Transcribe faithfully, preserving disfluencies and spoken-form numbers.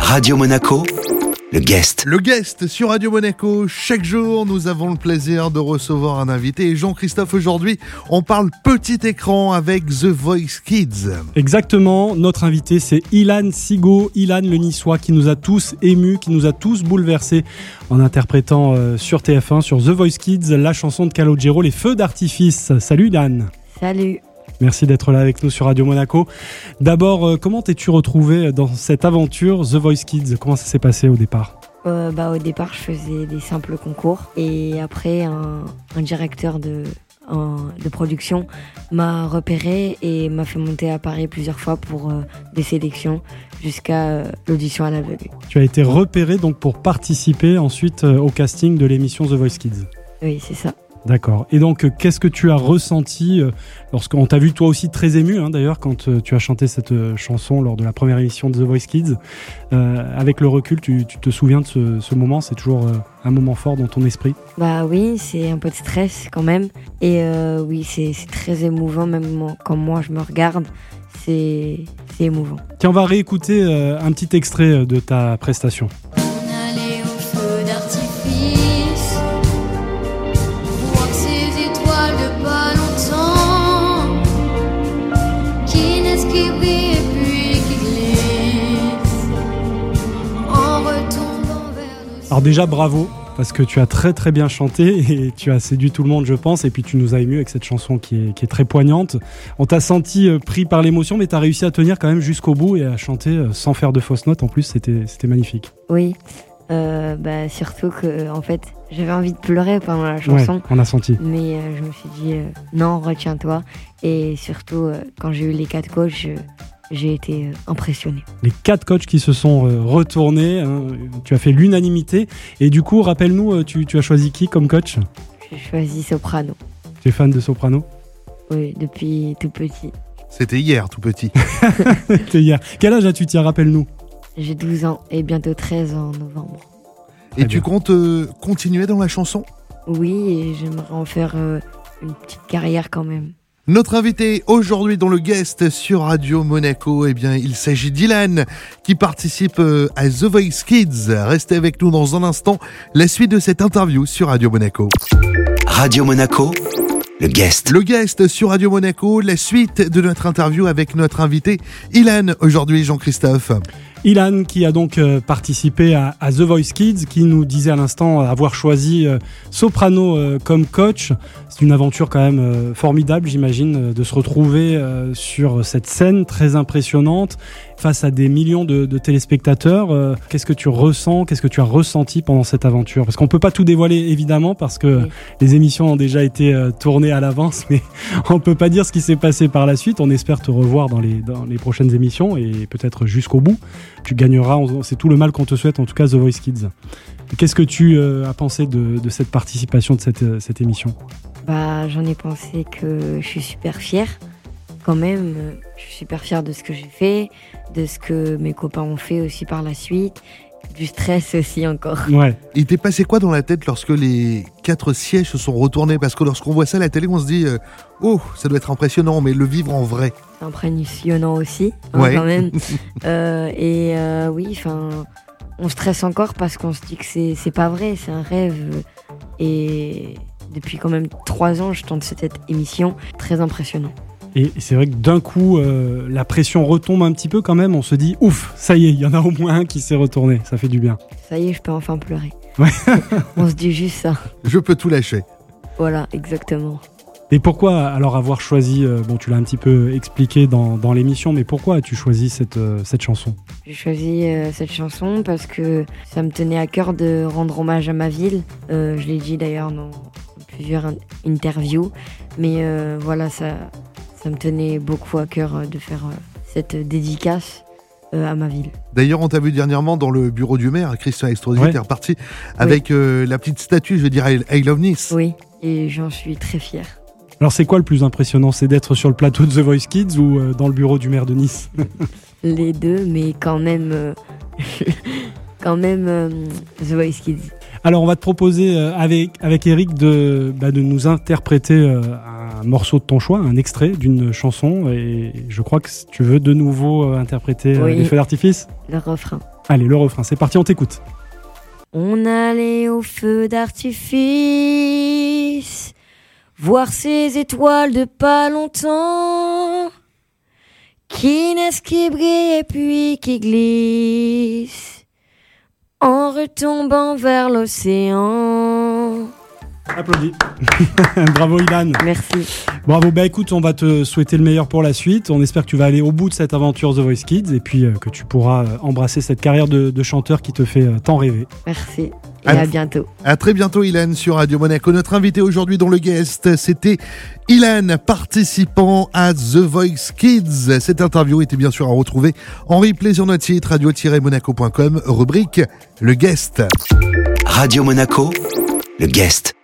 Radio Monaco, le guest. Le guest sur Radio Monaco. Chaque jour, nous avons le plaisir de recevoir un invité. Et Jean-Christophe, aujourd'hui, on parle petit écran avec The Voice Kids. Exactement. Notre invité, c'est Ilan Sigaud. Ilan, le Niçois, qui nous a tous émus, qui nous a tous bouleversés en interprétant euh, sur T F un, sur The Voice Kids, la chanson de Calogero, Les Feux d'artifice. Salut Ilan. Salut. Merci d'être là avec nous sur Radio Monaco. D'abord, euh, comment t'es-tu retrouvé dans cette aventure The Voice Kids ? Comment ça s'est passé au départ ? euh, bah, Au départ, je faisais des simples concours. Et après, un, un directeur de, un, de production m'a repéré et m'a fait monter à Paris plusieurs fois pour euh, des sélections jusqu'à euh, l'audition à l'aveugle. Tu as été repéré donc pour participer ensuite euh, au casting de l'émission The Voice Kids. Oui, c'est ça. D'accord. Et donc, euh, qu'est-ce que tu as ressenti euh, lorsqu'on t'a vu toi aussi très ému, hein, d'ailleurs, quand euh, tu as chanté cette euh, chanson lors de la première émission de The Voice Kids. Euh, avec le recul, tu, tu te souviens de ce, ce moment ? C'est toujours euh, un moment fort dans ton esprit ? Bah oui, c'est un peu de stress quand même. Et euh, oui, c'est, c'est très émouvant, même quand moi je me regarde, c'est, c'est émouvant. Tiens, on va réécouter euh, un petit extrait de ta prestation. Alors déjà, bravo, parce que tu as très très bien chanté et tu as séduit tout le monde, je pense, et puis tu nous as émus avec cette chanson qui est, qui est très poignante. On t'a senti euh, pris par l'émotion, mais tu as réussi à tenir quand même jusqu'au bout et à chanter euh, sans faire de fausses notes. En plus, c'était, c'était magnifique. Oui, euh, bah, surtout que en fait, j'avais envie de pleurer pendant la chanson. Ouais, on a senti. Mais euh, je me suis dit, euh, non, retiens-toi. Et surtout, euh, quand j'ai eu les quatre coachs, je... j'ai été euh, impressionné. Les quatre coachs qui se sont euh, retournés, hein, tu as fait l'unanimité. Et du coup, rappelle-nous, euh, tu, tu as choisi qui comme coach ? J'ai choisi soprano. Tu es fan de soprano ? Oui, depuis tout petit. C'était hier, tout petit. C'était hier. Quel âge as-tu, tiens, rappelle-nous ? J'ai douze ans et bientôt treize en novembre. Et tu comptes euh, continuer dans la chanson ? Oui, et j'aimerais en faire euh, une petite carrière quand même. Notre invité aujourd'hui dans le guest sur Radio Monaco, eh bien, il s'agit d'Ilan qui participe à The Voice Kids. Restez avec nous dans un instant, la suite de cette interview sur Radio Monaco. Radio Monaco, le guest. Le guest sur Radio Monaco, la suite de notre interview avec notre invité Ilan, aujourd'hui Jean-Christophe. Ilan qui a donc euh, participé à, à The Voice Kids, qui nous disait à l'instant avoir choisi euh, soprano euh, comme coach. C'est une aventure quand même euh, formidable, j'imagine, euh, de se retrouver euh, sur cette scène très impressionnante face à des millions de, de téléspectateurs. Euh, qu'est-ce que tu ressens, qu'est-ce que tu as ressenti pendant cette aventure ? Parce qu'on peut pas tout dévoiler évidemment parce que oui. Les émissions ont déjà été euh, tournées à l'avance, mais on peut pas dire ce qui s'est passé par la suite. On espère te revoir dans les, dans les prochaines émissions et peut-être jusqu'au bout. Tu gagneras, c'est tout le mal qu'on te souhaite, en tout cas The Voice Kids. Qu'est-ce que tu euh, as pensé de, de cette participation, de cette, euh, cette émission ? Bah, j'en ai pensé que je suis super fière, quand même. Je suis super fière de ce que j'ai fait, de ce que mes copains ont fait aussi par la suite, du stress aussi encore. Ouais. Il t'est passé quoi dans la tête lorsque les quatre sièges se sont retournés ? Parce que lorsqu'on voit ça à la télé, on se dit euh, « Oh, ça doit être impressionnant, mais le vivre en vrai ». C'est impressionnant aussi, hein, ouais. quand même. euh, et euh, oui, enfin, on stresse encore parce qu'on se dit que c'est, c'est pas vrai, c'est un rêve. Et depuis quand même trois ans, je tente cette émission, très impressionnant. Et c'est vrai que d'un coup, euh, la pression retombe un petit peu quand même. On se dit, ouf, ça y est, il y en a au moins un qui s'est retourné. Ça fait du bien. Ça y est, je peux enfin pleurer. Ouais. On se dit juste ça. Je peux tout lâcher. Voilà, exactement. Et pourquoi alors avoir choisi, euh, bon tu l'as un petit peu expliqué dans, dans l'émission, mais pourquoi as-tu choisi cette, euh, cette chanson ? J'ai choisi euh, cette chanson parce que ça me tenait à cœur de rendre hommage à ma ville. Euh, je l'ai dit d'ailleurs dans plusieurs in- interviews. Mais euh, voilà, ça, ça me tenait beaucoup à cœur de faire euh, cette dédicace euh, à ma ville. D'ailleurs, on t'a vu dernièrement dans le bureau du maire, Christian Estrosi, ouais. t'es reparti avec oui. euh, la petite statue, je veux dire, I Love Nice. Oui, et j'en suis très fière. Alors c'est quoi le plus impressionnant ? C'est d'être sur le plateau de The Voice Kids ou euh, dans le bureau du maire de Nice ? Les deux, mais quand même, euh, quand même euh, The Voice Kids. Alors on va te proposer euh, avec, avec Eric de, bah, de nous interpréter euh, un morceau de ton choix, un extrait d'une chanson, et je crois que tu veux de nouveau euh, interpréter euh, Oui. les feux d'artifice. Le refrain. Allez, le refrain, c'est parti, on t'écoute. On allait au feu d'artifice, voir ces étoiles de pas longtemps, qui naissent, qui brillent et puis qui glissent, en retombant vers l'océan. Applaudis. Bravo Ilan. Merci. Bravo, bah écoute, on va te souhaiter le meilleur pour la suite. On espère que tu vas aller au bout de cette aventure The Voice Kids et puis euh, que tu pourras euh, embrasser cette carrière de, de chanteur qui te fait euh, tant rêver. Merci. Et À- à bientôt. À très bientôt, Ilan, sur Radio Monaco. Notre invité aujourd'hui dans le guest, c'était Ilan, participant à The Voice Kids. Cette interview était bien sûr à retrouver en replay sur notre site radio tiret monaco point com, rubrique Le Guest. Radio Monaco, le guest.